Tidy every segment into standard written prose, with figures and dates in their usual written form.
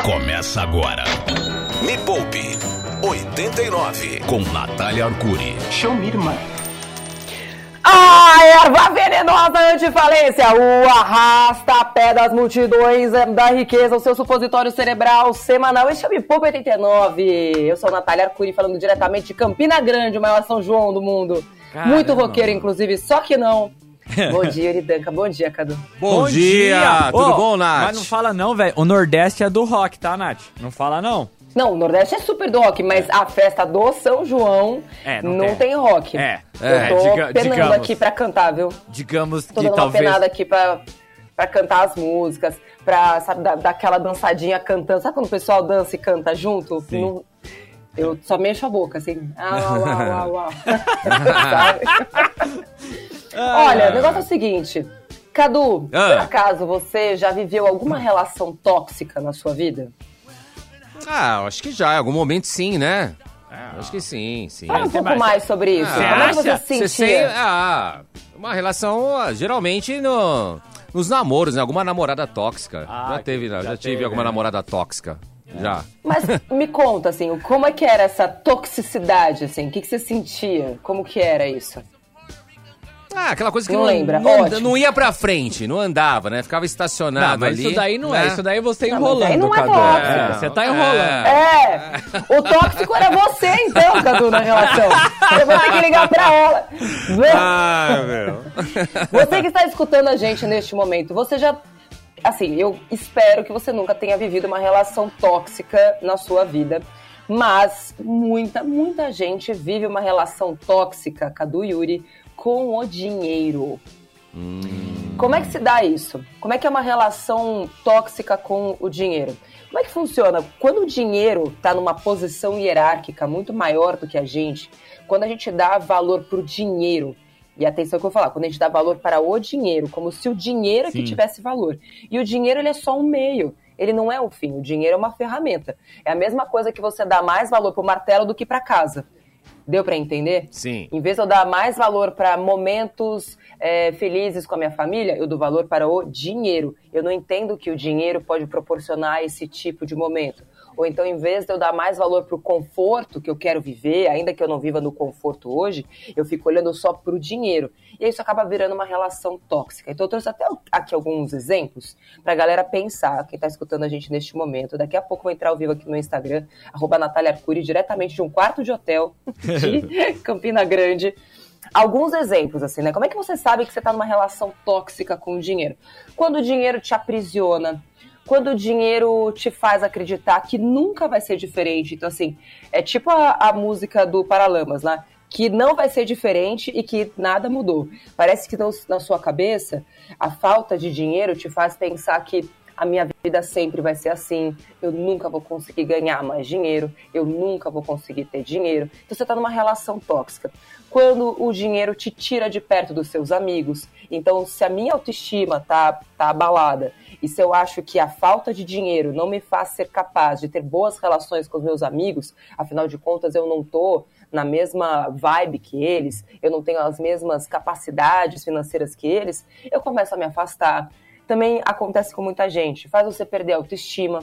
Começa agora. Me Poupe 89 com Natália Arcuri. Show me, irmã. A erva venenosa antifalência, o arrasta-pé das multidões da riqueza, o seu supositório cerebral semanal. Este é o Me Poupe 89. Eu sou a Natália Arcuri, falando diretamente de Campina Grande, o maior São João do mundo. Caramba. Muito roqueiro, inclusive, só que não. Bom dia, Uridanca. Bom dia, Cadu. Bom dia! Tudo bom, Nath? Mas não fala não, velho. O Nordeste é do rock, tá, Nath? Não fala não. Não, o Nordeste é super do rock, mas a festa do São João não tem rock. Eu tô penando aqui pra cantar, viu? Digamos tô que dando talvez... uma penada aqui pra cantar as músicas, pra, sabe, dar aquela dançadinha cantando. Sabe quando o pessoal dança e canta junto? Sim. Eu só mexo a boca, assim. Olha, o negócio é o seguinte. Cadu, por acaso você já viveu alguma relação tóxica na sua vida? Acho que já, em algum momento sim, né? Acho que sim. Fala um pouco mais sobre isso. Como é que você se sentia? Uma relação, geralmente, nos namoros, né? Alguma namorada tóxica. Já tive alguma namorada tóxica. Já. Mas me conta, assim, como é que era essa toxicidade, assim? O que você sentia? Como que era isso? Aquela coisa que não lembra. Não ia pra frente, não andava, né? Ficava estacionado ali. Isso daí não é. Isso daí você enrolando, não é Cadu. tóxico. Você tá enrolando. O tóxico era você, então, Cadu, na relação. Eu vou ter que ligar pra ela. Meu. Você que está escutando a gente neste momento, você já... Assim, eu espero que você nunca tenha vivido uma relação tóxica na sua vida. Mas muita gente vive uma relação tóxica, Cadu e Yuri, com o dinheiro. Como é que se dá isso? Como é que é uma relação tóxica com o dinheiro? Como é que funciona? Quando o dinheiro está numa posição hierárquica muito maior do que a gente, quando a gente dá valor para o dinheiro, e atenção que eu vou falar, quando a gente dá valor para o dinheiro, como se o dinheiro é que tivesse valor. E o dinheiro, ele é só um meio. Ele não é o fim. O dinheiro é uma ferramenta. É a mesma coisa que você dá mais valor para o martelo do que para casa. Deu para entender? Sim. Em vez de eu dar mais valor para momentos felizes com a minha família, eu dou valor para o dinheiro. Eu não entendo que o dinheiro pode proporcionar esse tipo de momento. Ou então, em vez de eu dar mais valor para o conforto que eu quero viver, ainda que eu não viva no conforto hoje, eu fico olhando só para o dinheiro. E isso acaba virando uma relação tóxica. Então, eu trouxe até aqui alguns exemplos para a galera pensar, quem está escutando a gente neste momento. Daqui a pouco eu vou entrar ao vivo aqui no Instagram, @Natália Arcuri, diretamente de um quarto de hotel de Campina Grande. Alguns exemplos, assim, né? Como é que você sabe que você está numa relação tóxica com o dinheiro? Quando o dinheiro te aprisiona, quando o dinheiro te faz acreditar que nunca vai ser diferente. Então, assim, é tipo a música do Paralamas, né? Que não vai ser diferente e que nada mudou. Parece que na sua cabeça, a falta de dinheiro te faz pensar que a minha vida sempre vai ser assim, eu nunca vou conseguir ganhar mais dinheiro, eu nunca vou conseguir ter dinheiro. Então você está numa relação tóxica. Quando o dinheiro te tira de perto dos seus amigos, então se a minha autoestima tá abalada, e se eu acho que a falta de dinheiro não me faz ser capaz de ter boas relações com os meus amigos, afinal de contas eu não tô na mesma vibe que eles, eu não tenho as mesmas capacidades financeiras que eles, eu começo a me afastar. Também acontece com muita gente, faz você perder a autoestima,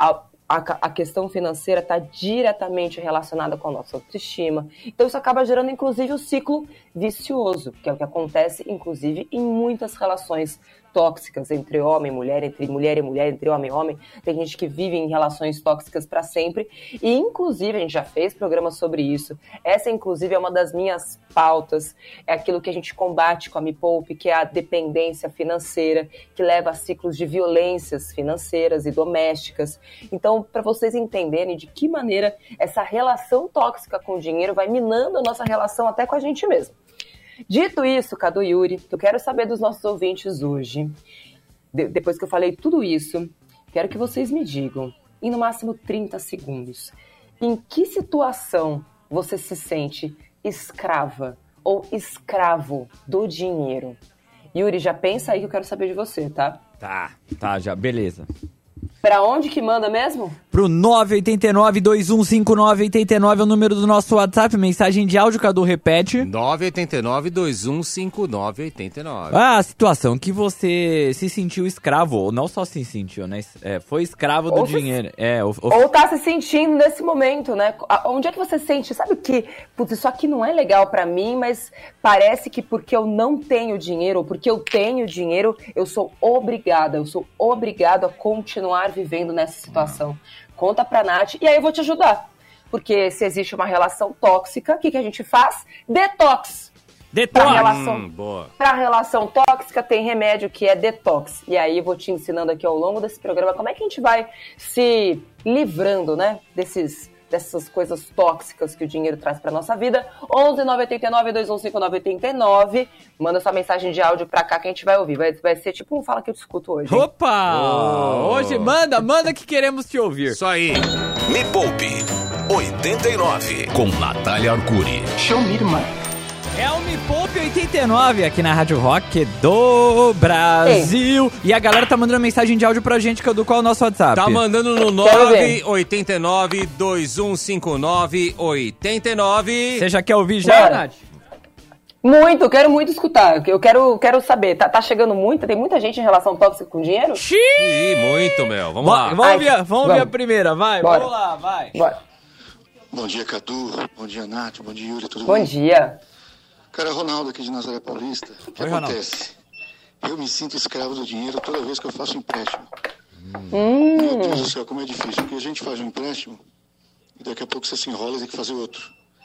a questão financeira está diretamente relacionada com a nossa autoestima. Então isso acaba gerando, inclusive, um ciclo vicioso, que é o que acontece, inclusive, em muitas relações tóxicas entre homem e mulher, entre mulher e mulher, entre homem e homem. Tem gente que vive em relações tóxicas para sempre. E, inclusive, a gente já fez programa sobre isso. Essa, inclusive, é uma das minhas pautas. É aquilo que a gente combate com a Me Poupe, que é a dependência financeira, que leva a ciclos de violências financeiras e domésticas. Então, para vocês entenderem de que maneira essa relação tóxica com o dinheiro vai minando a nossa relação até com a gente mesmo. Dito isso, Cadu e Yuri, eu quero saber dos nossos ouvintes hoje, depois que eu falei tudo isso, quero que vocês me digam, em no máximo 30 segundos, em que situação você se sente escrava ou escravo do dinheiro? Yuri, já pensa aí que eu quero saber de você, tá? Tá, já, beleza. Pra onde que manda mesmo? pro 989-2159-89 é o número do nosso WhatsApp. Mensagem de áudio, Cadu, repete. 989-2159-89. A situação que você se sentiu escravo, ou não só se sentiu, né? Foi escravo do dinheiro. Ou tá se sentindo nesse momento, né? Onde é que você sente? Sabe que, putz, isso aqui não é legal pra mim, mas parece que porque eu não tenho dinheiro, ou porque eu tenho dinheiro, eu sou obrigado a continuar vivendo nessa situação. Conta pra Nath, e aí eu vou te ajudar. Porque se existe uma relação tóxica, o que a gente faz? Detox. Pra relação tóxica tem remédio que é detox. E aí eu vou te ensinando aqui ao longo desse programa como é que a gente vai se livrando, né, dessas coisas tóxicas que o dinheiro traz pra nossa vida. 11-989-2159-89. Manda sua mensagem de áudio pra cá que a gente vai ouvir. Vai ser tipo um Fala Que Eu Te Escuto hoje. Opa! Hoje manda que queremos te ouvir. Isso aí. Me Poupe 89 com Natália Arcuri. Show me, irmã. É o Me Poupe 89 aqui na Rádio Rock do Brasil. Ei. E a galera tá mandando mensagem de áudio pra gente, Cadu, qual é o nosso WhatsApp? Tá mandando no 989-2159-89. Você já quer ouvir já, Nath? Muito, quero muito escutar. Eu quero saber. Tá chegando muito? Tem muita gente em relação tóxica com dinheiro? Xiii, muito, meu. Vamos lá. Vamos ver a primeira, vai. Bora. Vamos lá, vai. Bora. Bom dia, Cadu. Bom dia, Nath. Bom dia, Yuri. Tudo bem? Bom dia. Cara, Ronaldo aqui de Nazaré Paulista. O que acontece? Eu me sinto escravo do dinheiro toda vez que eu faço um empréstimo. Meu Deus do céu, como é difícil. Porque a gente faz um empréstimo e daqui a pouco você se enrola e tem que fazer outro.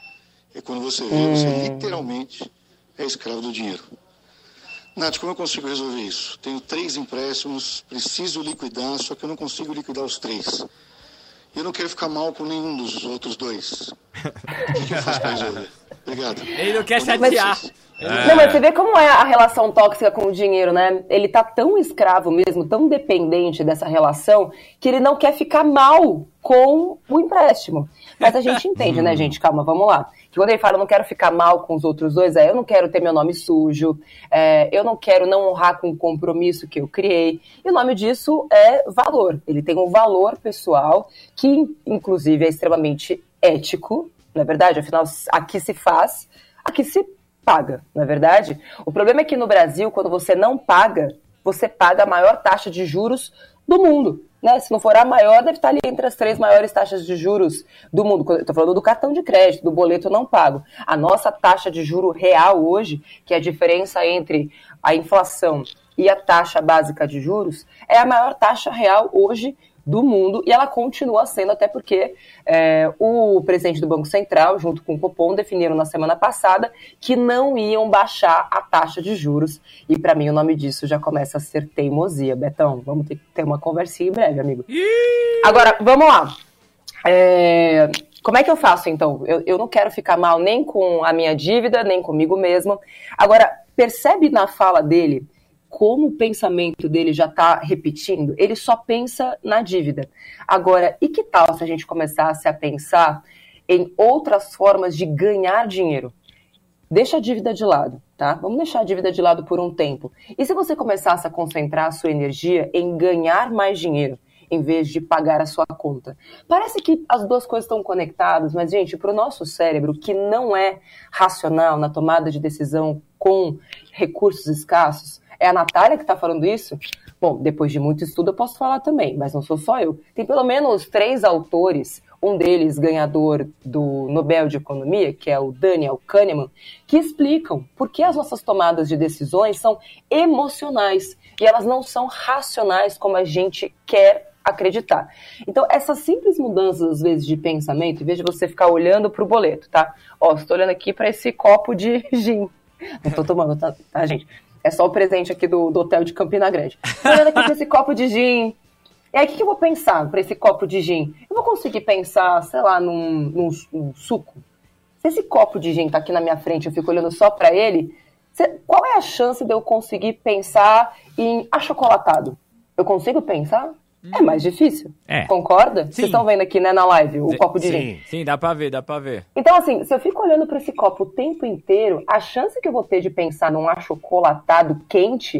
E quando você vê, você literalmente é escravo do dinheiro. Nath, como eu consigo resolver isso? Tenho 3 empréstimos, preciso liquidar, só que eu não consigo liquidar os 3. Eu não quero ficar mal com nenhum dos outros 2. O que eu faço pra resolver? Obrigado. Ele não quer chatear. Não, mas você vê como é a relação tóxica com o dinheiro, né? Ele tá tão escravo mesmo, tão dependente dessa relação, que ele não quer ficar mal com o empréstimo. Mas a gente entende, né, gente? Calma, vamos lá. Que quando ele fala, eu não quero ficar mal com os outros 2, eu não quero ter meu nome sujo, eu não quero não honrar com o compromisso que eu criei. E o nome disso é valor. Ele tem um valor pessoal que, inclusive, é extremamente ético, não é verdade? Afinal, aqui se faz, aqui se paga, não é verdade? O problema é que no Brasil, quando você não paga, você paga a maior taxa de juros do mundo. Né? Se não for a maior, deve estar ali entre as 3 maiores taxas de juros do mundo. Estou falando do cartão de crédito, do boleto não pago. A nossa taxa de juro real hoje, que é a diferença entre a inflação e a taxa básica de juros, é a maior taxa real hoje do mundo, e ela continua sendo, até porque o presidente do Banco Central, junto com o Copom, definiram na semana passada que não iam baixar a taxa de juros, e para mim o nome disso já começa a ser teimosia. Betão, vamos ter uma conversinha em breve, amigo. Agora, vamos lá. Como é que eu faço, então? Eu não quero ficar mal nem com a minha dívida, nem comigo mesmo. Agora, percebe na fala dele como o pensamento dele já está repetindo? Ele só pensa na dívida. Agora, e que tal se a gente começasse a pensar em outras formas de ganhar dinheiro? Deixa a dívida de lado, tá? Vamos deixar a dívida de lado por um tempo. E se você começasse a concentrar a sua energia em ganhar mais dinheiro, em vez de pagar a sua conta? Parece que as duas coisas estão conectadas, mas, gente, para o nosso cérebro, que não é racional na tomada de decisão com recursos escassos, é a Natália que está falando isso? Bom, depois de muito estudo eu posso falar também, mas não sou só eu. Tem pelo menos 3 autores, um deles ganhador do Nobel de Economia, que é o Daniel Kahneman, que explicam por que as nossas tomadas de decisões são emocionais e elas não são racionais como a gente quer acreditar. Então, essas simples mudanças, às vezes, de pensamento, em vez de você ficar olhando para o boleto, tá? Ó, estou olhando aqui para esse copo de gin. Não estou tomando, tá, gente? É só o presente aqui do hotel de Campina Grande. Estou olhando aqui para esse copo de gin. E aí, o que eu vou pensar para esse copo de gin? Eu vou conseguir pensar, sei lá, num suco? Se esse copo de gin tá aqui na minha frente, eu fico olhando só para ele, qual é a chance de eu conseguir pensar em achocolatado? Eu consigo pensar? É mais difícil. Concorda? Vocês estão vendo aqui, né, na live, o copo de gin? Sim, dá pra ver. Então, assim, se eu fico olhando para esse copo o tempo inteiro, a chance que eu vou ter de pensar num achocolatado quente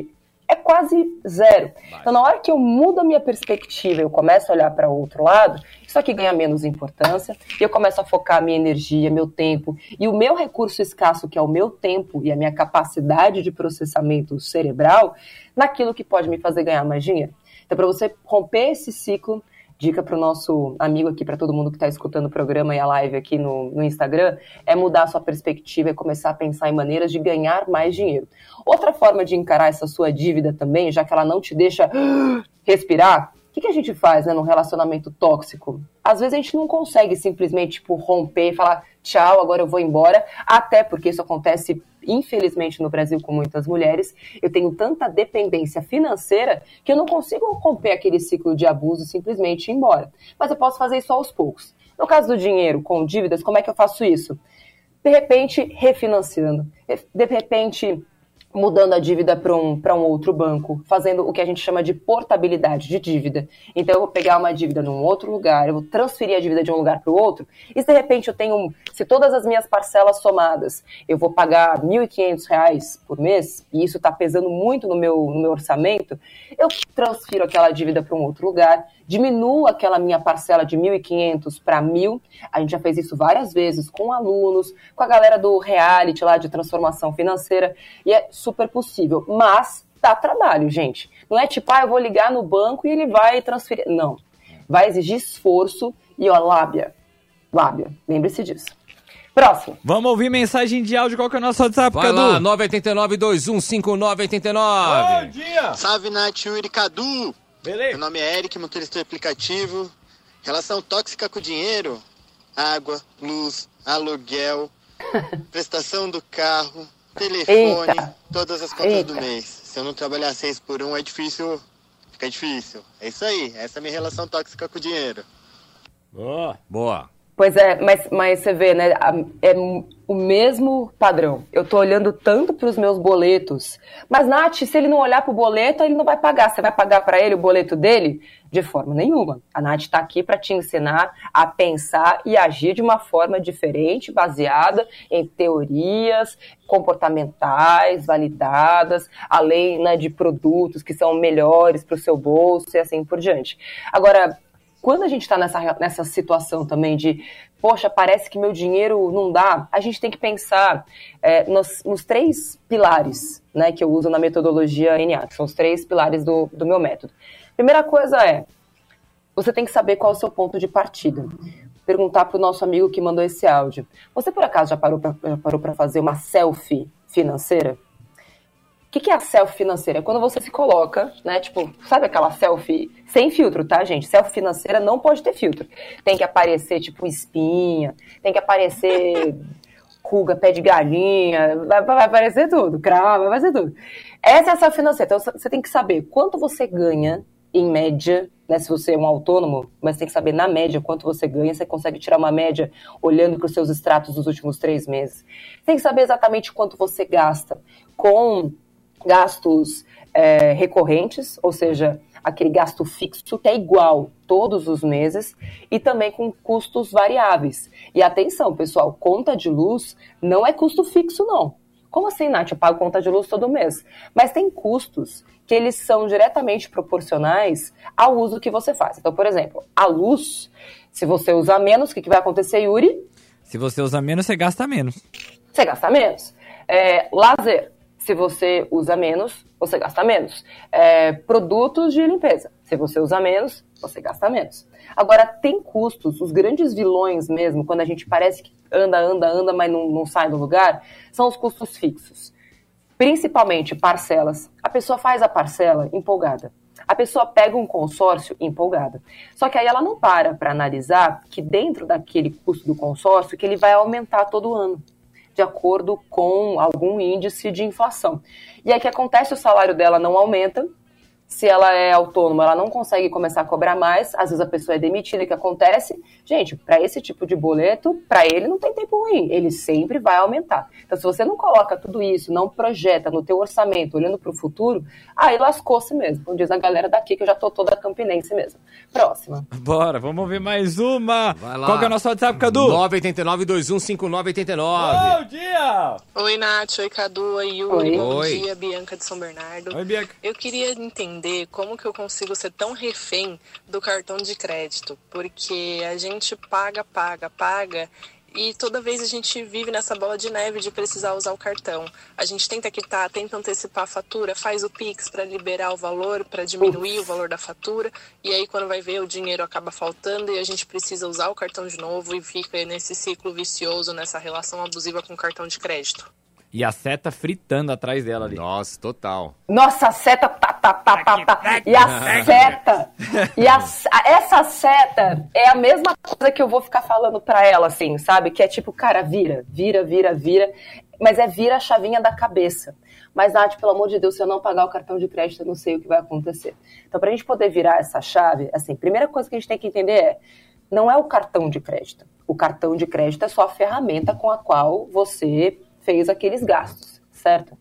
é quase zero. Então, na hora que eu mudo a minha perspectiva, eu começo a olhar para o outro lado, isso aqui ganha menos importância, e eu começo a focar a minha energia, meu tempo, e o meu recurso escasso, que é o meu tempo e a minha capacidade de processamento cerebral, naquilo que pode me fazer ganhar mais dinheiro. Então, para você romper esse ciclo, dica para o nosso amigo aqui, para todo mundo que está escutando o programa e a live aqui no Instagram, é mudar a sua perspectiva e começar a pensar em maneiras de ganhar mais dinheiro. Outra forma de encarar essa sua dívida também, já que ela não te deixa respirar, o que a gente faz, né, num relacionamento tóxico? Às vezes a gente não consegue simplesmente romper e falar tchau, agora eu vou embora, até porque isso acontece, infelizmente, no Brasil com muitas mulheres. Eu tenho tanta dependência financeira que eu não consigo romper aquele ciclo de abuso e simplesmente ir embora. Mas eu posso fazer isso aos poucos. No caso do dinheiro, com dívidas, como é que eu faço isso? De repente, refinanciando. De repente, mudando a dívida para um outro banco, fazendo o que a gente chama de portabilidade de dívida. Então, eu vou pegar uma dívida num outro lugar, eu vou transferir a dívida de um lugar para o outro, e se de repente eu tenho, se todas as minhas parcelas somadas, eu vou pagar R$ 1.500 por mês, e isso está pesando muito no meu orçamento, eu transfiro aquela dívida para um outro lugar, diminuo aquela minha parcela de 1.500 para 1.000, a gente já fez isso várias vezes com alunos, com a galera do reality lá de transformação financeira, e é super possível, mas dá trabalho, gente. Não é tipo, eu vou ligar no banco e ele vai transferir. Não. Vai exigir esforço e, lábia. Lembre-se disso. Próximo. Vamos ouvir mensagem de áudio. Qual que é o nosso WhatsApp, Vai Cadu? lá, 989-215989. Bom dia! Salve, Nath, Yuri, Cadu. Beleza? Meu nome é Eric, motorista do aplicativo. Relação tóxica com o dinheiro: água, luz, aluguel, prestação do carro, telefone, todas as contas do mês. Se eu não trabalhar 6 por 1, fica difícil. É isso aí, essa é a minha relação tóxica com o dinheiro. Boa. Pois é, mas você vê, né, é o mesmo padrão. Eu tô olhando tanto pros meus boletos, mas, Nath, se ele não olhar pro boleto, ele não vai pagar. Você vai pagar para ele o boleto dele? De forma nenhuma. A Nath tá aqui para te ensinar a pensar e agir de uma forma diferente, baseada em teorias comportamentais, validadas, além, né, de produtos que são melhores pro seu bolso e assim por diante. Agora, quando a gente está nessa situação também de, poxa, parece que meu dinheiro não dá, a gente tem que pensar nos 3 pilares, né, que eu uso na metodologia NA, que são os 3 pilares do meu método. Primeira coisa você tem que saber qual é o seu ponto de partida. Perguntar para o nosso amigo que mandou esse áudio. Você, por acaso, já parou para fazer uma selfie financeira? O que é a selfie financeira? É quando você se coloca, né, tipo, sabe aquela selfie sem filtro, tá, gente? Selfie financeira não pode ter filtro. Tem que aparecer, tipo, espinha, tem que aparecer ruga, pé de galinha, vai aparecer tudo, cravo, vai aparecer tudo. Essa é a selfie financeira. Então, você tem que saber quanto você ganha, em média, né, se você é um autônomo, mas tem que saber, na média, quanto você ganha. Você consegue tirar uma média olhando para os seus extratos dos últimos 3 meses. Tem que saber exatamente quanto você gasta com gastos recorrentes, ou seja, aquele gasto fixo que é igual todos os meses, e também com custos variáveis. E atenção, pessoal, conta de luz não é custo fixo, não. Como assim, Nath? Eu pago conta de luz todo mês. Mas tem custos que eles são diretamente proporcionais ao uso que você faz. Então, por exemplo, a luz, se você usar menos, o que vai acontecer, Yuri? Se você usa menos, você gasta menos. Você gasta menos. Lazer. Se você usa menos, você gasta menos. Produtos de limpeza. Se você usa menos, você gasta menos. Agora, tem custos, os grandes vilões mesmo, quando a gente parece que anda, mas não sai do lugar, são os custos fixos. Principalmente parcelas. A pessoa faz a parcela empolgada. A pessoa pega um consórcio empolgada. Só que aí ela não para analisar que dentro daquele custo do consórcio, que ele vai aumentar todo ano, de acordo com algum índice de inflação. E aí o que acontece? O salário dela não aumenta, Se ela é autônoma, ela não consegue começar a cobrar mais, às vezes a pessoa é demitida, o que acontece? Gente, para esse tipo de boleto, para ele não tem tempo ruim, ele sempre vai aumentar. Então, se você não coloca tudo isso, não projeta no teu orçamento, olhando para o futuro, aí lascou-se mesmo. Como diz a galera daqui, que eu já tô toda campinense mesmo. Próxima. Bora, vamos ver mais uma. Vai lá. Qual que é o nosso WhatsApp, Cadu? 989-215989. Bom dia! Oi, Nath. Oi, Cadu. Oi, Yuri. Oi. Bom Oi. dia, Bianca de São Bernardo. Oi, Bianca. Eu queria entender como que eu consigo ser tão refém do cartão de crédito, porque a gente paga e toda vez a gente vive nessa bola de neve de precisar usar o cartão. A gente tenta quitar, tenta antecipar a fatura, faz o Pix para liberar o valor, para diminuir o valor da fatura, e aí quando vai ver o dinheiro acaba faltando e a gente precisa usar o cartão de novo e fica nesse ciclo vicioso, nessa relação abusiva com o cartão de crédito. E a seta fritando atrás dela ali. Nossa, total. Nossa, a seta tá. E a seta. Essa seta é a mesma coisa que eu vou ficar falando pra ela, assim, sabe? Que é tipo, cara, vira. Mas vira a chavinha da cabeça. Mas, Nath, pelo amor de Deus, se eu não pagar o cartão de crédito, eu não sei o que vai acontecer. Então, pra gente poder virar essa chave, assim, primeira coisa que a gente tem que entender não é o cartão de crédito. O cartão de crédito é só a ferramenta com a qual você fez aqueles gastos, certo?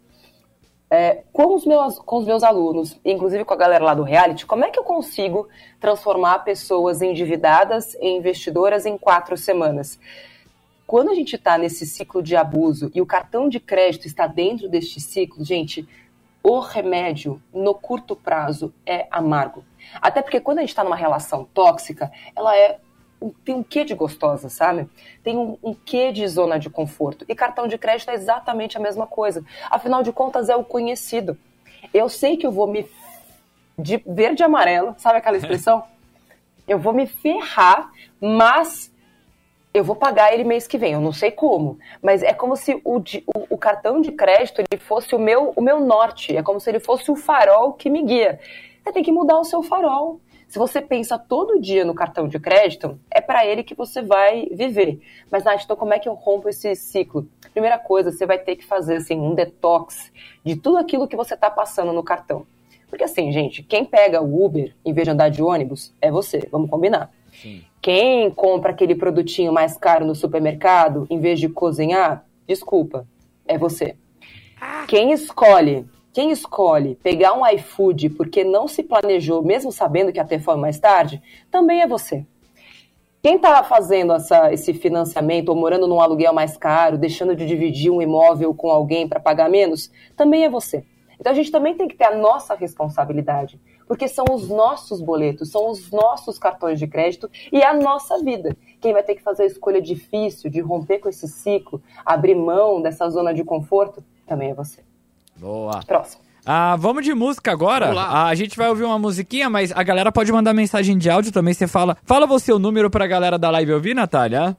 Com os meus alunos, inclusive com a galera lá do reality, como é que eu consigo transformar pessoas endividadas em investidoras em 4 semanas? Quando a gente está nesse ciclo de abuso e o cartão de crédito está dentro deste ciclo, gente, o remédio no curto prazo é amargo. Até porque quando a gente está numa relação tóxica, ela tem um quê de gostosa, sabe? Tem um quê de zona de conforto. E cartão de crédito é exatamente a mesma coisa. Afinal de contas, é o conhecido. Eu sei que eu vou de verde e amarelo, sabe aquela expressão? Eu vou me ferrar, mas eu vou pagar ele mês que vem. Eu não sei como, mas é como se o cartão de crédito ele fosse o meu norte. É como se ele fosse o farol que me guia. Você tem que mudar o seu farol. Se você pensa todo dia no cartão de crédito, é para ele que você vai viver. Mas, Nath, então como é que eu rompo esse ciclo? Primeira coisa, você vai ter que fazer assim, um detox de tudo aquilo que você está passando no cartão. Porque assim, gente, quem pega o Uber em vez de andar de ônibus é você, vamos combinar. Sim. Quem compra aquele produtinho mais caro no supermercado em vez de cozinhar, desculpa, é você. Quem escolhe pegar um iFood porque não se planejou, mesmo sabendo que ia ter fome mais tarde, também é você. Quem está fazendo esse financiamento ou morando num aluguel mais caro, deixando de dividir um imóvel com alguém para pagar menos, também é você. Então a gente também tem que ter a nossa responsabilidade, porque são os nossos boletos, são os nossos cartões de crédito e a nossa vida. Quem vai ter que fazer a escolha difícil de romper com esse ciclo, abrir mão dessa zona de conforto, também é você. Boa. Próximo. Vamos de música agora. A gente vai ouvir uma musiquinha, mas a galera pode mandar mensagem de áudio também. Você fala você o número pra galera da live ouvir, Natália?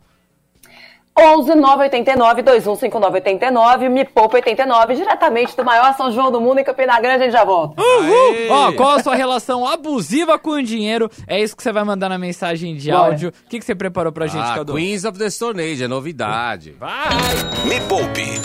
11 989 215989, Me Poupa 89, diretamente do maior São João do mundo em Campina Grande, a gente já volta. Uhul! Qual a sua relação abusiva com o dinheiro? É isso que você vai mandar na mensagem de áudio. O que você preparou pra gente, Cadu? Queens of the Stone Age, é novidade. Vai! Me Poupe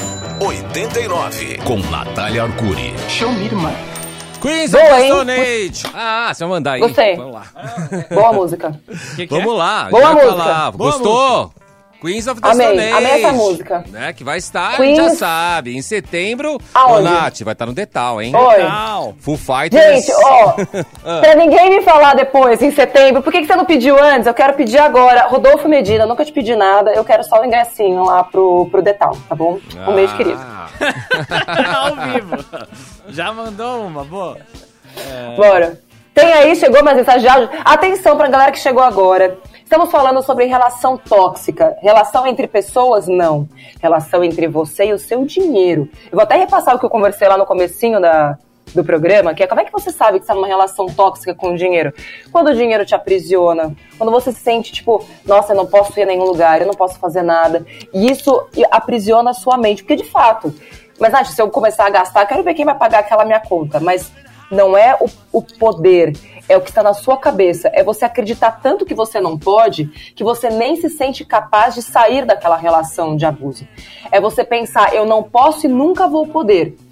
89, com Natália Arcuri. Show me, mano. Queens of the Stone Age. Você vai mandar aí. Gostei. Vamos lá. Boa música. Vamos lá. Boa música. Falar. Gostou? Música. Queens of the Stone Age. Amei essa música. Né, que vai estar, Queens... já sabe, em setembro. Aonde? Ô, Nath, vai estar no Detal, hein? Oi. Full Fighters. Gente, pra ninguém me falar depois, em setembro, por que você não pediu antes? Eu quero pedir agora. Rodolfo Medina, nunca te pedi nada, eu quero só o ingressinho lá pro Detal, tá bom? Um beijo, querido. Ao vivo. Já mandou uma, boa. Bora. Tem aí, chegou mais mensagem de áudio. Atenção pra galera que chegou agora. Estamos falando sobre relação tóxica. Relação entre pessoas, não. Relação entre você e o seu dinheiro. Eu vou até repassar o que eu conversei lá no comecinho do programa, que é como é que você sabe que você está numa relação tóxica com o dinheiro? Quando o dinheiro te aprisiona, quando você se sente tipo, nossa, eu não posso ir a nenhum lugar, eu não posso fazer nada. E isso aprisiona a sua mente, porque de fato... Mas, Nath, se eu começar a gastar, quero ver quem vai pagar aquela minha conta. Mas não é o poder, é o que está na sua cabeça. É você acreditar tanto que você não pode, que você nem se sente capaz de sair daquela relação de abuso. É você pensar, eu não posso e nunca vou poder.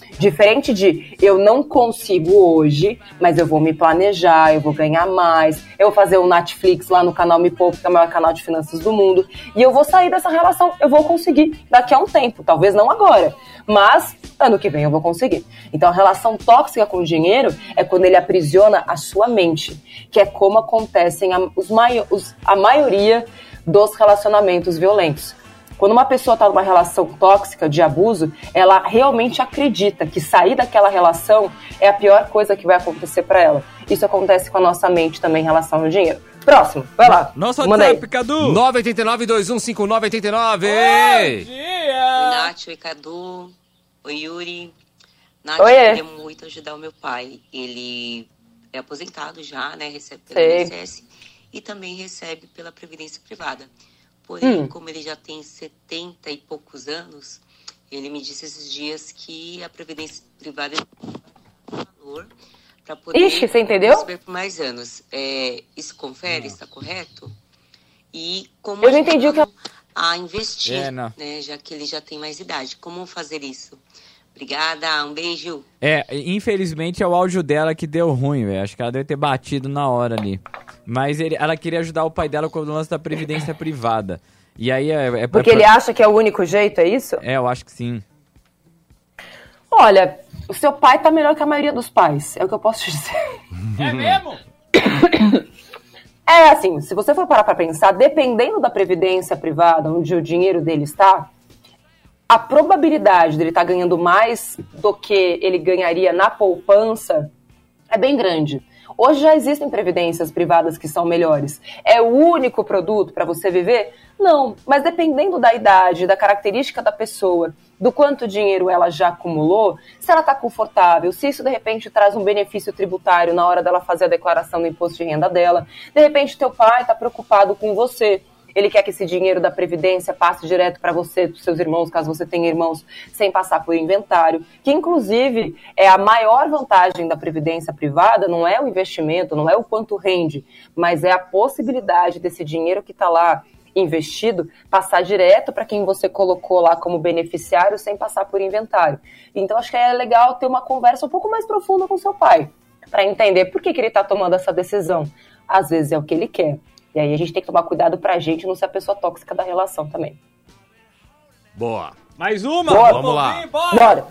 Diferente de eu não consigo hoje, mas eu vou me planejar, eu vou ganhar mais, eu vou fazer um Netflix lá no canal Me Poupe, que é o maior canal de finanças do mundo, e eu vou sair dessa relação, eu vou conseguir daqui a um tempo, talvez não agora, mas ano que vem eu vou conseguir. Então a relação tóxica com o dinheiro é quando ele aprisiona a sua mente, que é como acontecem a maioria dos relacionamentos violentos. Quando uma pessoa está numa relação tóxica, de abuso, ela realmente acredita que sair daquela relação é a pior coisa que vai acontecer para ela. Isso acontece com a nossa mente também em relação ao dinheiro. Próximo, vai lá. Nosso WhatsApp, Cadu. 989-2159-89. Bom dia! Oi, Nath, oi, Cadu. Oi, Yuri. Nath, Oi. eu queria muito ajudar o meu pai. Ele é aposentado já, né? Recebe pelo INSS e também recebe pela Previdência Privada. Porém, como ele já tem 70 e poucos anos, ele me disse esses dias que a Previdência Privada é valor para poder você entendeu? receber por mais anos. Isso confere, está correto? E como eu não entendi o que a investir, né, já que ele já tem mais idade. Como fazer isso? Obrigada, um beijo. Infelizmente é o áudio dela que deu ruim, velho. Acho que ela deve ter batido na hora ali. Mas ela queria ajudar o pai dela com o lance da previdência privada. E aí porque ele acha que é o único jeito, é isso? Eu acho que sim. Olha, o seu pai tá melhor que a maioria dos pais, é o que eu posso te dizer. É mesmo? É assim, se você for parar pra pensar, dependendo da previdência privada, onde o dinheiro dele está, a probabilidade dele estar ganhando mais do que ele ganharia na poupança é bem grande. Hoje já existem previdências privadas que são melhores. É o único produto para você viver? Não, mas dependendo da idade, da característica da pessoa, do quanto dinheiro ela já acumulou, se ela está confortável, se isso de repente traz um benefício tributário na hora dela fazer a declaração do imposto de renda dela, de repente teu pai está preocupado com você, ele quer que esse dinheiro da Previdência passe direto para você, para os seus irmãos, caso você tenha irmãos, sem passar por inventário. Que, inclusive, é a maior vantagem da Previdência privada, não é o investimento, não é o quanto rende, mas é a possibilidade desse dinheiro que está lá investido passar direto para quem você colocou lá como beneficiário, sem passar por inventário. Então, acho que é legal ter uma conversa um pouco mais profunda com seu pai, para entender por que ele está tomando essa decisão. Às vezes é o que ele quer. E aí a gente tem que tomar cuidado pra gente não ser a pessoa tóxica da relação também. Boa. Mais uma? Bora. Vamos lá. Bora.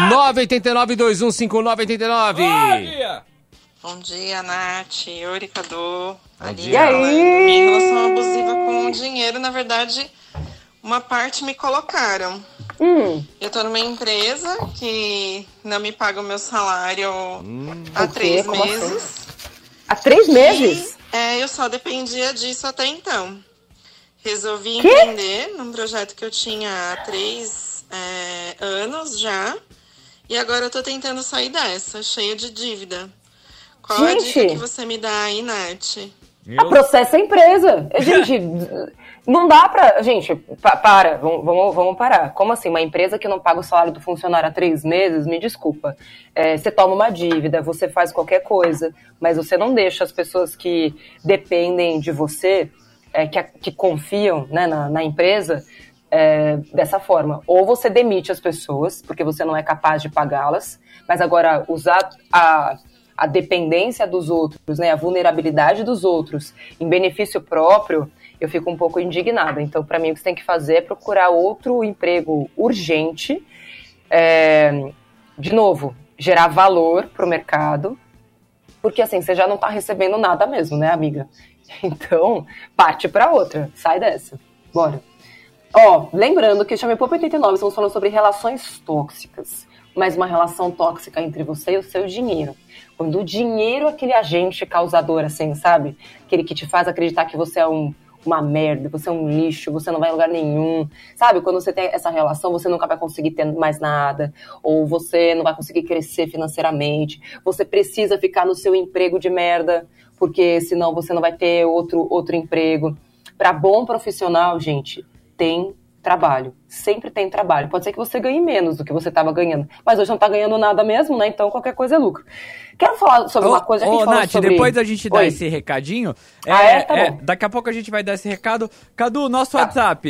989-2159-89. Bom dia, Nath, Yuri, Cadu. E aí? Minha relação abusiva com o dinheiro, na verdade, uma parte me colocaram. Eu tô numa empresa que não me paga o meu salário há 3 meses. Assim? Há 3 meses? Eu só dependia disso até então. Resolvi empreender num projeto que eu tinha há 3 anos já. E agora eu tô tentando sair dessa, cheia de dívida. Qual a dica que você me dá aí, Nath? Processa a empresa. Gente, não dá pra... Gente, vamos parar. Como assim? Uma empresa que não paga o salário do funcionário há 3 meses? Me desculpa. Você toma uma dívida, você faz qualquer coisa, mas você não deixa as pessoas que dependem de você, que confiam, né, na empresa, dessa forma. Ou você demite as pessoas, porque você não é capaz de pagá-las, mas agora usar a dependência dos outros, né, a vulnerabilidade dos outros em benefício próprio, eu fico um pouco indignada. Então, para mim, o que você tem que fazer é procurar outro emprego urgente, de novo, gerar valor para o mercado, porque assim, você já não está recebendo nada mesmo, né, amiga? Então, parte para outra, sai dessa, bora. Lembrando que Chame Poupe 89, estamos falando sobre relações tóxicas, mas uma relação tóxica entre você e o seu dinheiro. Quando o dinheiro é aquele agente causador, assim, sabe? Aquele que te faz acreditar que você é uma merda, você é um lixo, você não vai em lugar nenhum. Sabe? Quando você tem essa relação, você nunca vai conseguir ter mais nada, ou você não vai conseguir crescer financeiramente, você precisa ficar no seu emprego de merda, porque senão você não vai ter outro emprego. Para bom profissional, gente, tem trabalho. Sempre tem trabalho. Pode ser que você ganhe menos do que você estava ganhando, mas hoje não está ganhando nada mesmo, né? Então qualquer coisa é lucro. Quero falar sobre uma coisa que a gente falou Nath, sobre... depois a gente dá esse recadinho. Tá bom. Daqui a pouco a gente vai dar esse recado. Cadu, nosso WhatsApp.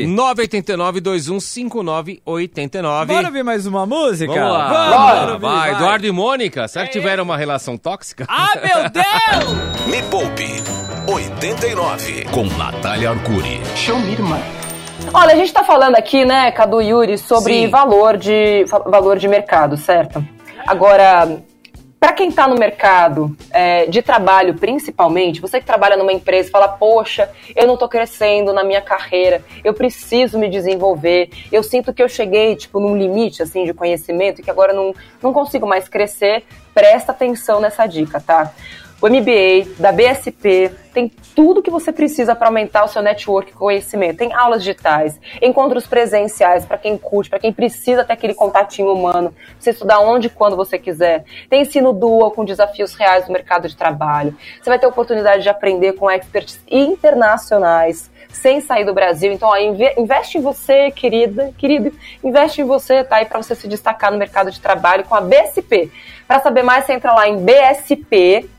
989-2159-89. Bora ouvir mais uma música? Vamos lá. Vai. Eduardo e Mônica, será que tiveram uma relação tóxica? Ah, meu Deus! Me Poupe 89 com Natália Arcuri. Show me, irmã. Olha, a gente tá falando aqui, né, Cadu e Yuri, sobre valor de mercado, certo? Agora, para quem tá no mercado de trabalho, principalmente, você que trabalha numa empresa e fala, poxa, eu não tô crescendo na minha carreira, eu preciso me desenvolver, eu sinto que eu cheguei, tipo, num limite, assim, de conhecimento e que agora não consigo mais crescer, presta atenção nessa dica, tá? O MBA da BSP tem tudo que você precisa para aumentar o seu network e conhecimento. Tem aulas digitais, encontros presenciais para quem curte, para quem precisa ter aquele contatinho humano, você estudar onde e quando você quiser. Tem ensino dual com desafios reais no mercado de trabalho. Você vai ter a oportunidade de aprender com experts internacionais, sem sair do Brasil. Então, ó, investe em você, querido, investe em você, tá? Aí para você se destacar no mercado de trabalho com a BSP. Para saber mais, você entra lá em bsp.edu.br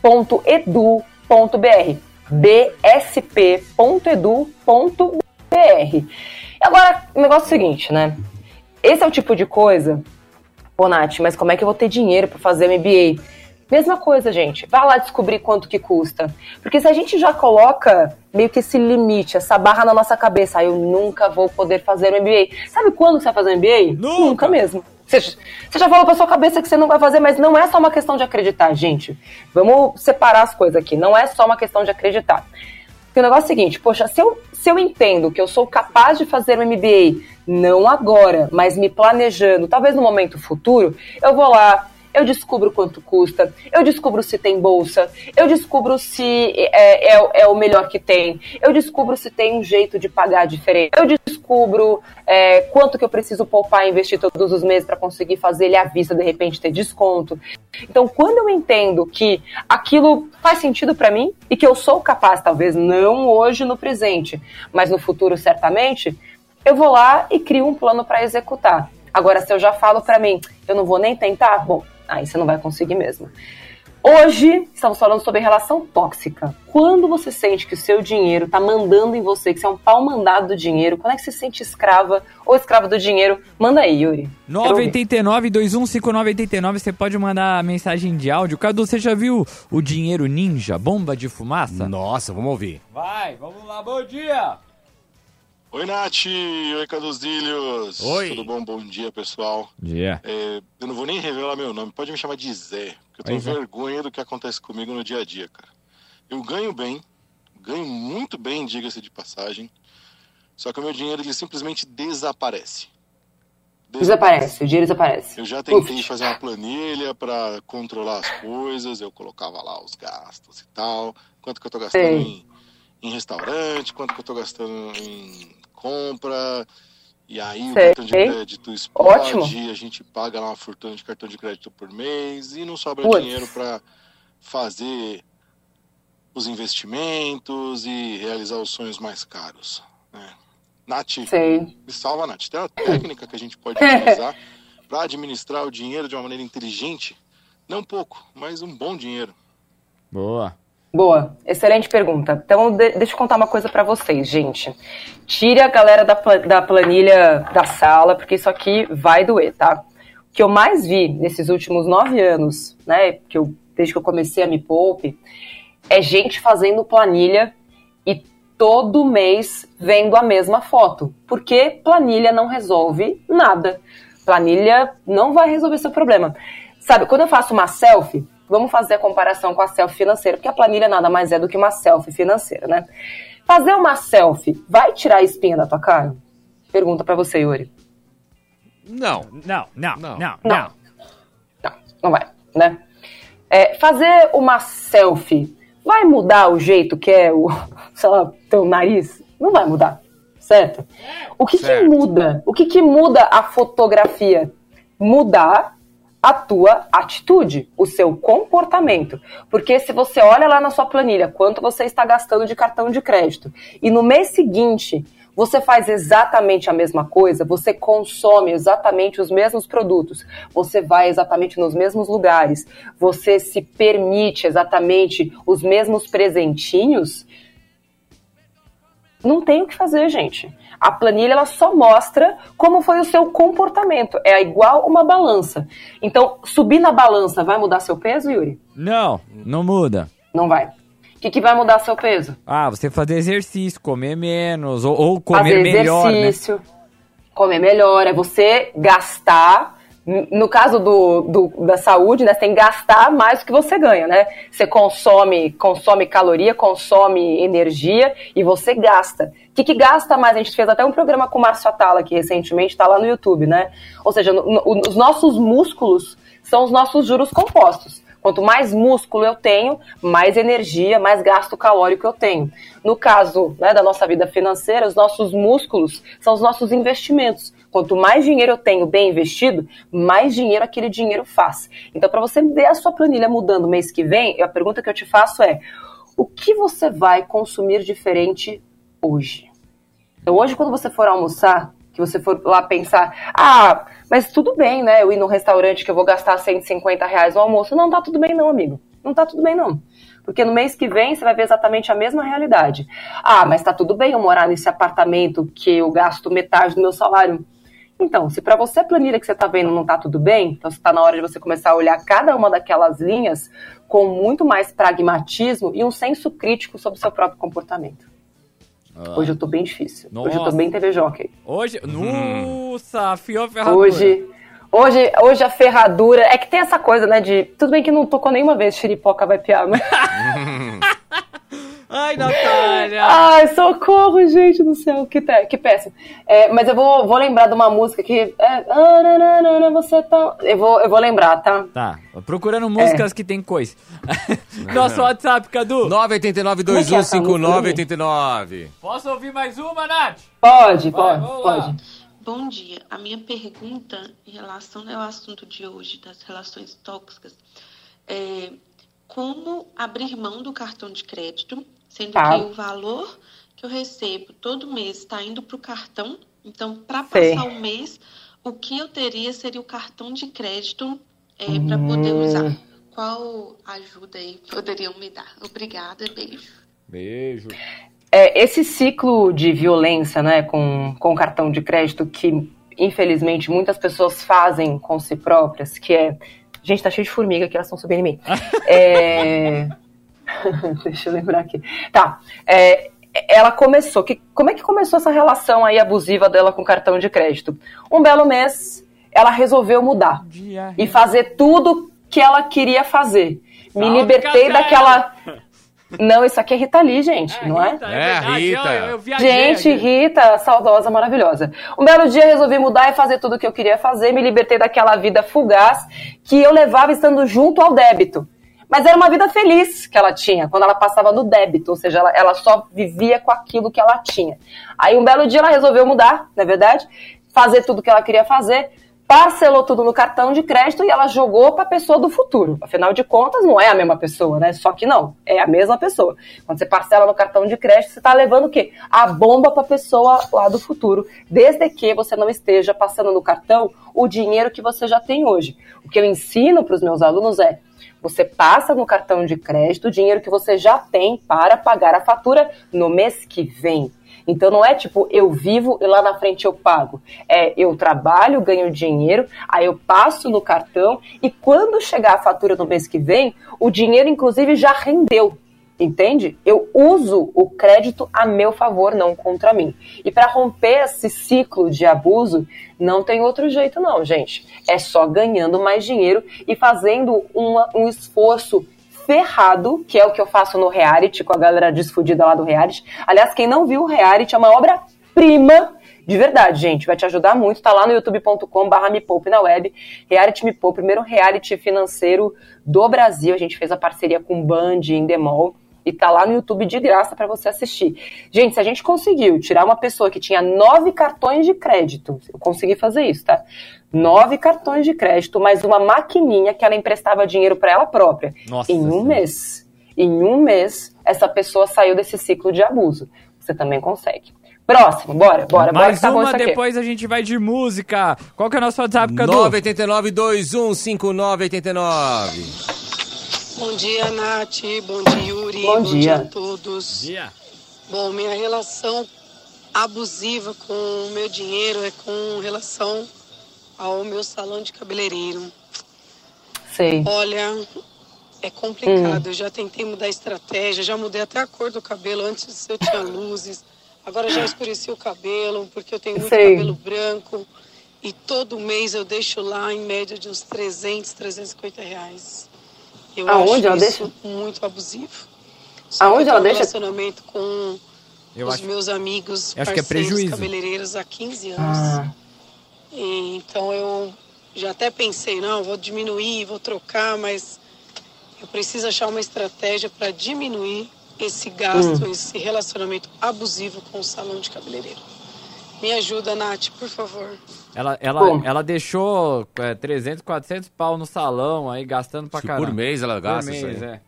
bsp.edu.br. Agora, o negócio é o seguinte, né? Esse é o tipo de coisa, pô, Nath, mas como é que eu vou ter dinheiro para fazer MBA? Mesma coisa, gente. Vai lá descobrir quanto que custa. Porque se a gente já coloca meio que esse limite, essa barra na nossa cabeça, eu nunca vou poder fazer o MBA. Sabe quando você vai fazer o MBA? Nunca mesmo. Você já falou pra sua cabeça que você não vai fazer, mas não é só uma questão de acreditar, gente. Vamos separar as coisas aqui. Não é só uma questão de acreditar. Porque o negócio é o seguinte, poxa, se eu entendo que eu sou capaz de fazer um MBA, não agora, mas me planejando, talvez no momento futuro, eu vou lá, eu descubro quanto custa, eu descubro se tem bolsa, eu descubro se é o melhor que tem, eu descubro se tem um jeito de pagar diferente, eu descubro quanto que eu preciso poupar e investir todos os meses para conseguir fazer ele à vista, de repente ter desconto. Então, quando eu entendo que aquilo faz sentido para mim e que eu sou capaz, talvez não hoje no presente, mas no futuro certamente, eu vou lá e crio um plano para executar. Agora, se eu já falo para mim, eu não vou nem tentar, bom, aí você não vai conseguir mesmo. Hoje, estamos falando sobre relação tóxica. Quando você sente que o seu dinheiro está mandando em você, que você é um pau mandado do dinheiro, quando é que você se sente escrava ou escravo do dinheiro? Manda aí, Yuri. 989-215989, você pode mandar mensagem de áudio. Cadu, você já viu o Dinheiro Ninja, bomba de fumaça? Nossa, vamos ouvir. Vai, vamos lá, bom dia! Oi, Nath. Oi, Caduzilhos. Oi. Tudo bom? Bom dia, pessoal. Dia. Eu não vou nem revelar meu nome. Pode me chamar de Zé, porque eu tenho vergonha do que acontece comigo no dia a dia, cara. Eu ganho bem, ganho muito bem, diga-se de passagem, só que o meu dinheiro, ele simplesmente desaparece. Desaparece, o dinheiro desaparece. Eu já tentei fazer uma planilha para controlar as coisas, eu colocava lá os gastos e tal, quanto que eu tô gastando em restaurante, quanto que eu tô gastando em compra, e aí o cartão de crédito explode, a gente paga lá uma fortuna de cartão de crédito por mês e não sobra dinheiro para fazer os investimentos e realizar os sonhos mais caros, né? Nath, me salva, Nath. Tem uma técnica que a gente pode utilizar para administrar o dinheiro de uma maneira inteligente, não pouco, mas um bom dinheiro. Boa, excelente pergunta. Então, deixa eu contar uma coisa pra vocês, gente. Tire a galera da planilha da sala, porque isso aqui vai doer, tá? O que eu mais vi nesses últimos 9 anos, né, desde que eu comecei a Me Poupe, é gente fazendo planilha e todo mês vendo a mesma foto. Porque planilha não resolve nada. Planilha não vai resolver seu problema. Sabe, quando eu faço uma selfie, vamos fazer a comparação com a selfie financeira, porque a planilha nada mais é do que uma selfie financeira, né? Fazer uma selfie vai tirar a espinha da tua cara? Pergunta pra você, Yuri. Não vai, né? Fazer uma selfie vai mudar o jeito que é sei lá, teu nariz? Não vai mudar, certo? O que muda? O que muda a fotografia? Mudar a tua atitude, o seu comportamento. Porque se você olha lá na sua planilha quanto você está gastando de cartão de crédito e no mês seguinte Você faz exatamente a mesma coisa, você consome exatamente os mesmos produtos, você vai exatamente nos mesmos lugares, você se permite exatamente os mesmos presentinhos, não tem o que fazer, gente. A planilha, ela só mostra como foi o seu comportamento. É igual uma balança. Então, subir na balança vai mudar seu peso, Yuri? Não muda. Não vai. O que vai mudar seu peso? Você fazer exercício, comer menos, ou comer fazer melhor, exercício, né? Comer melhor, é você gastar. No caso da saúde, né, você tem que gastar mais do que você ganha, né? Você consome caloria, consome energia e você gasta. O que gasta mais? A gente fez até um programa com o Márcio Atala aqui recentemente, tá lá no YouTube, né? Ou seja, os nossos músculos são os nossos juros compostos. Quanto mais músculo eu tenho, mais energia, mais gasto calórico eu tenho. No caso, né, da nossa vida financeira, os nossos músculos são os nossos investimentos. Quanto mais dinheiro eu tenho bem investido, mais dinheiro aquele dinheiro faz. Então, para você ver a sua planilha mudando mês que vem, a pergunta que eu te faço é: o que você vai consumir diferente hoje? Então, hoje, quando você for almoçar, que você for lá pensar, mas tudo bem, né, eu ir num restaurante que eu vou gastar R$150 no almoço. Não tá tudo bem não, amigo. Não tá tudo bem não. Porque no mês que vem você vai ver exatamente a mesma realidade. Mas tá tudo bem eu morar nesse apartamento que eu gasto metade do meu salário. Então, se para você a planilha que você tá vendo não tá tudo bem, então está na hora de você começar a olhar cada uma daquelas linhas com muito mais pragmatismo e um senso crítico sobre o seu próprio comportamento. Hoje eu tô bem difícil. Nossa. Hoje eu tô bem TV Jockey. Hoje? Nossa, afiou a ferradura. Hoje a ferradura... É que tem essa coisa, né, de... Tudo bem que não tocou nenhuma vez xiripoca vai piar, mas... Ai, Natália! Ai, socorro, gente do céu, que péssimo. Mas eu vou lembrar de uma música que... você tá... Eu vou lembrar, tá? Tá, procurando músicas que tem coisa. Nosso WhatsApp, Cadu. 989-2159-89. Posso ouvir mais uma, Nath? Pode. Bom dia. A minha pergunta em relação ao assunto de hoje, das relações tóxicas, é como abrir mão do cartão de crédito, sendo que o valor que eu recebo todo mês está indo para o cartão. Então, para passar o mês, o que eu teria seria o cartão de crédito para poder usar. Qual ajuda aí poderiam me dar? Obrigada, beijo. Esse ciclo de violência, né, com cartão de crédito que, infelizmente, muitas pessoas fazem com si próprias, que é... Gente, tá cheio de formiga aqui, elas estão subindo em mim. Deixa eu lembrar aqui. Tá. Ela começou... Como é que começou essa relação aí abusiva dela com cartão de crédito? Um belo mês, ela resolveu mudar. E fazer tudo que ela queria fazer. Me libertei daquela... Não, isso aqui é Rita Lee, gente, não é? Rita. Eu viajei, gente, Rita, saudosa, maravilhosa. Um belo dia resolvi mudar e fazer tudo o que eu queria fazer, me libertei daquela vida fugaz que eu levava estando junto ao débito. Mas era uma vida feliz que ela tinha, quando ela passava no débito, ou seja, ela só vivia com aquilo que ela tinha. Aí um belo dia ela resolveu mudar, não é verdade? Fazer tudo o que ela queria fazer, parcelou tudo no cartão de crédito e ela jogou para a pessoa do futuro. Afinal de contas, não é a mesma pessoa, né? Só que não, é a mesma pessoa. Quando você parcela no cartão de crédito, você está levando o quê? A bomba para a pessoa lá do futuro, desde que você não esteja passando no cartão o dinheiro que você já tem hoje. O que eu ensino para os meus alunos é: você passa no cartão de crédito o dinheiro que você já tem para pagar a fatura no mês que vem. Então não é tipo, eu vivo e lá na frente eu pago. Eu trabalho, ganho dinheiro, aí eu passo no cartão e quando chegar a fatura no mês que vem, o dinheiro inclusive já rendeu. Entende? Eu uso o crédito a meu favor, não contra mim. E para romper esse ciclo de abuso, não tem outro jeito não, gente. É só ganhando mais dinheiro e fazendo um esforço ferrado, que é o que eu faço no reality, com a galera desfudida lá do reality. Aliás, quem não viu o reality é uma obra-prima de verdade, gente. Vai te ajudar muito. Tá lá no youtube.com/Me Poupe na web. Reality Me Poupe, primeiro reality financeiro do Brasil. A gente fez a parceria com Band e Endemol. E tá lá no YouTube de graça para você assistir. Gente, se a gente conseguiu tirar uma pessoa que tinha 9 cartões de crédito, eu consegui fazer isso, tá? 9 cartões de crédito, mais uma maquininha que ela emprestava dinheiro para ela própria. Nossa, em um mês, essa pessoa saiu desse ciclo de abuso. Você também consegue. Próximo, bora. Mais tá bom uma, isso aqui. depois a gente vai de música. Qual que é o nosso WhatsApp, Cadu? 989-215989. Bom dia, Nath. Bom dia, Yuri. Bom dia a todos. Bom dia. Bom, minha relação abusiva com o meu dinheiro é com relação ao meu salão de cabeleireiro. Sei. Olha, é complicado. Eu já tentei mudar a estratégia, já mudei até a cor do cabelo. Antes eu tinha luzes, agora já escureci o cabelo, porque eu tenho muito cabelo branco. E todo mês eu deixo lá em média de uns 300, 350 reais. Eu acho isso muito abusivo. Aonde ela deixa? Relacionamento com os meus amigos, parceiros cabeleireiros há 15 anos. Então eu já até pensei, não, vou diminuir, vou trocar, mas eu preciso achar uma estratégia para diminuir esse gasto, esse relacionamento abusivo com o salão de cabeleireiro. Me ajuda, Nath, por favor. Ela deixou 300, 400 pau no salão, aí gastando pra caramba. Por mês ela gasta isso aí.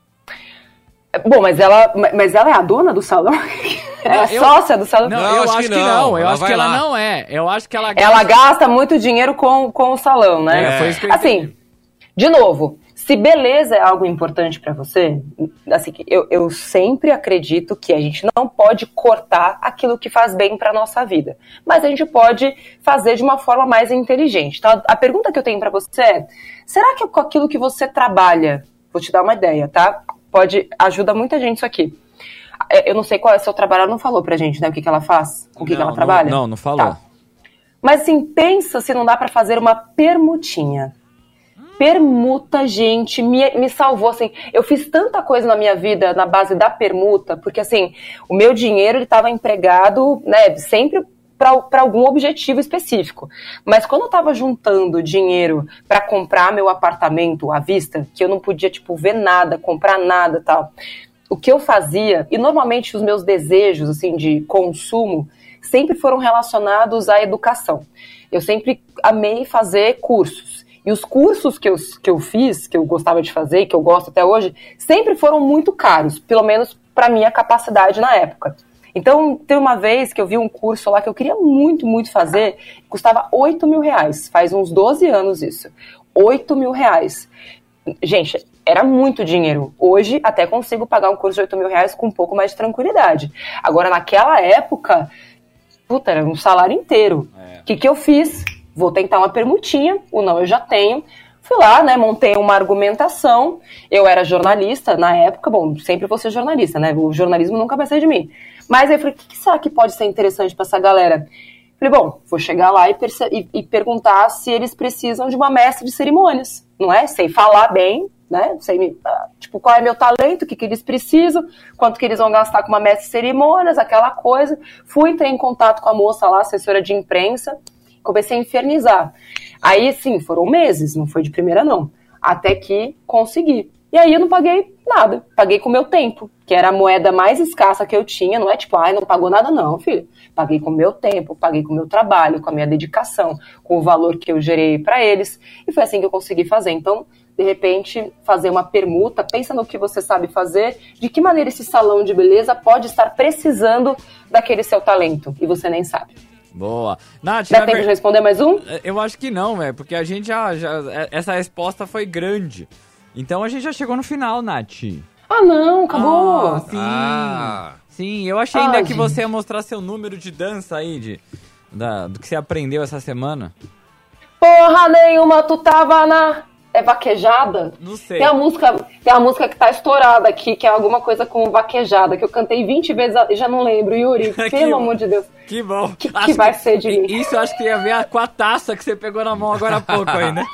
Bom, mas ela é a dona do salão? É sócia do salão? Não, eu acho que não. Eu acho que ela não é. Eu acho que ela gasta... Ela gasta muito dinheiro com o salão, né? Foi isso que eu assim, de novo, se beleza é algo importante pra você, assim, eu sempre acredito que a gente não pode cortar aquilo que faz bem pra nossa vida. Mas a gente pode fazer de uma forma mais inteligente. Então, a pergunta que eu tenho pra você é, será que com aquilo que você trabalha, vou te dar uma ideia, tá? Ajuda muita gente isso aqui. Eu não sei qual é o seu trabalho, ela não falou pra gente, né, o que ela faz, com o que ela trabalha. Não falou. Tá. Mas assim, pensa se não dá pra fazer uma permutinha. Permuta, gente, me salvou, assim, eu fiz tanta coisa na minha vida na base da permuta, porque assim, o meu dinheiro, ele tava empregado, né, sempre para algum objetivo específico. Mas quando eu tava juntando dinheiro para comprar meu apartamento à vista, que eu não podia, tipo, ver nada, comprar nada e tal, o que eu fazia, e normalmente os meus desejos, assim, de consumo, sempre foram relacionados à educação. Eu sempre amei fazer cursos. E os cursos que eu fiz, que eu gostava de fazer, que eu gosto até hoje, sempre foram muito caros, pelo menos para minha capacidade na época. Então, tem uma vez que eu vi um curso lá que eu queria muito, muito fazer, custava R$8.000, faz uns 12 anos isso, R$8.000. Gente, era muito dinheiro. Hoje, até consigo pagar um curso de R$8.000 com um pouco mais de tranquilidade. Agora, naquela época, puta, era um salário inteiro. O que eu fiz? Vou tentar uma permutinha, o não eu já tenho. Fui lá, né, montei uma argumentação. Eu era jornalista na época, bom, sempre vou ser jornalista, né? O jornalismo nunca vai sair de mim. Mas aí eu falei, o que será que pode ser interessante para essa galera? Falei, bom, vou chegar lá e perguntar se eles precisam de uma mestre de cerimônias, não é? Sei falar bem, né? Sei, tipo, qual é meu talento, o que eles precisam, quanto que eles vão gastar com uma mestre de cerimônias, aquela coisa. Entrei em contato com a moça lá, assessora de imprensa, comecei a infernizar. Aí, sim, foram meses, não foi de primeira, não. Até que consegui. E aí eu não paguei nada. Paguei com o meu tempo, que era a moeda mais escassa que eu tinha. Não é tipo, não pagou nada não, filho. Paguei com o meu tempo, paguei com o meu trabalho, com a minha dedicação, com o valor que eu gerei para eles. E foi assim que eu consegui fazer. Então, de repente, fazer uma permuta, pensa no que você sabe fazer, de que maneira esse salão de beleza pode estar precisando daquele seu talento, e você nem sabe. Boa. Nath, dá tempo de responder mais um? Eu acho que não, velho, porque a gente já... Essa resposta foi grande. Então a gente já chegou no final, Nath. Ah, não, acabou. Sim, eu achei ainda que você ia mostrar seu número de dança aí, do que você aprendeu essa semana. Porra nenhuma, tu tava na... É vaquejada? Não sei. Tem uma música que tá estourada aqui, que é alguma coisa com vaquejada, que eu cantei 20 vezes e já não lembro. Yuri, pelo amor de Deus. Que bom. Que vai ser de mim? Isso eu acho que tem a ver com a taça que você pegou na mão agora há pouco aí, né?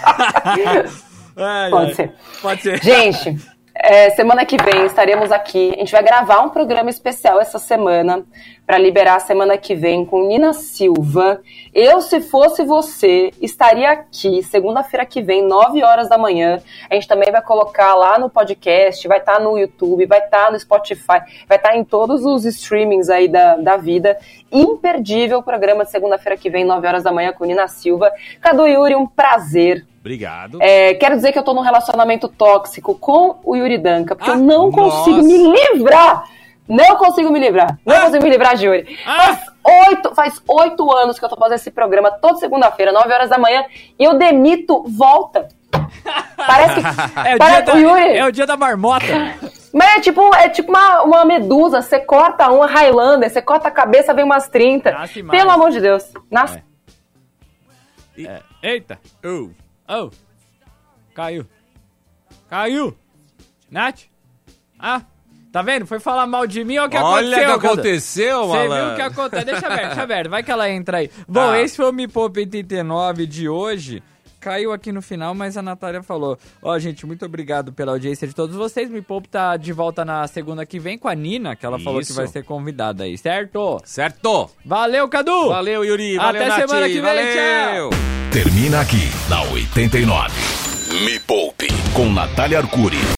Pode ser. Pode ser. Gente, semana que vem estaremos aqui. A gente vai gravar um programa especial essa semana, para liberar a semana que vem com Nina Silva. Eu, se fosse você, estaria aqui segunda-feira que vem, 9 horas da manhã. A gente também vai colocar lá no podcast, vai estar no YouTube, vai estar no Spotify, vai estar em todos os streamings aí da vida. Imperdível o programa de segunda-feira que vem, 9 horas da manhã, com Nina Silva. Cadu e Yuri, um prazer. Obrigado. Quero dizer que eu tô num relacionamento tóxico com o Yuri Danca, porque eu não consigo me livrar Não consigo me livrar. Não consigo me livrar, Yuri. Faz 8 anos que eu tô fazendo esse programa toda segunda-feira, 9 horas da manhã, e eu demito volta. Parece que... Yuri, é o dia da marmota. Mas é tipo uma medusa. Você corta uma Highlander, você corta a cabeça, vem umas 30. Nasce mais. Pelo amor de Deus. Nasce. Eita. Caiu. Nath. Tá vendo? Foi falar mal de mim, olha o que aconteceu. Olha o que aconteceu, malandro. Você viu o que aconteceu. Deixa aberto. Vai que ela entra aí. Bom, esse foi o Me Poupe 89 de hoje. Caiu aqui no final, mas a Natália falou. Gente, muito obrigado pela audiência de todos vocês. Me Poupe tá de volta na segunda que vem com a Nina, que ela falou que vai ser convidada aí, certo? Certo. Valeu, Cadu. Valeu, Yuri. Valeu, Até Nath. semana que vem, valeu. Tchau. Termina aqui na 89. Me Poupe, com Natália Arcuri.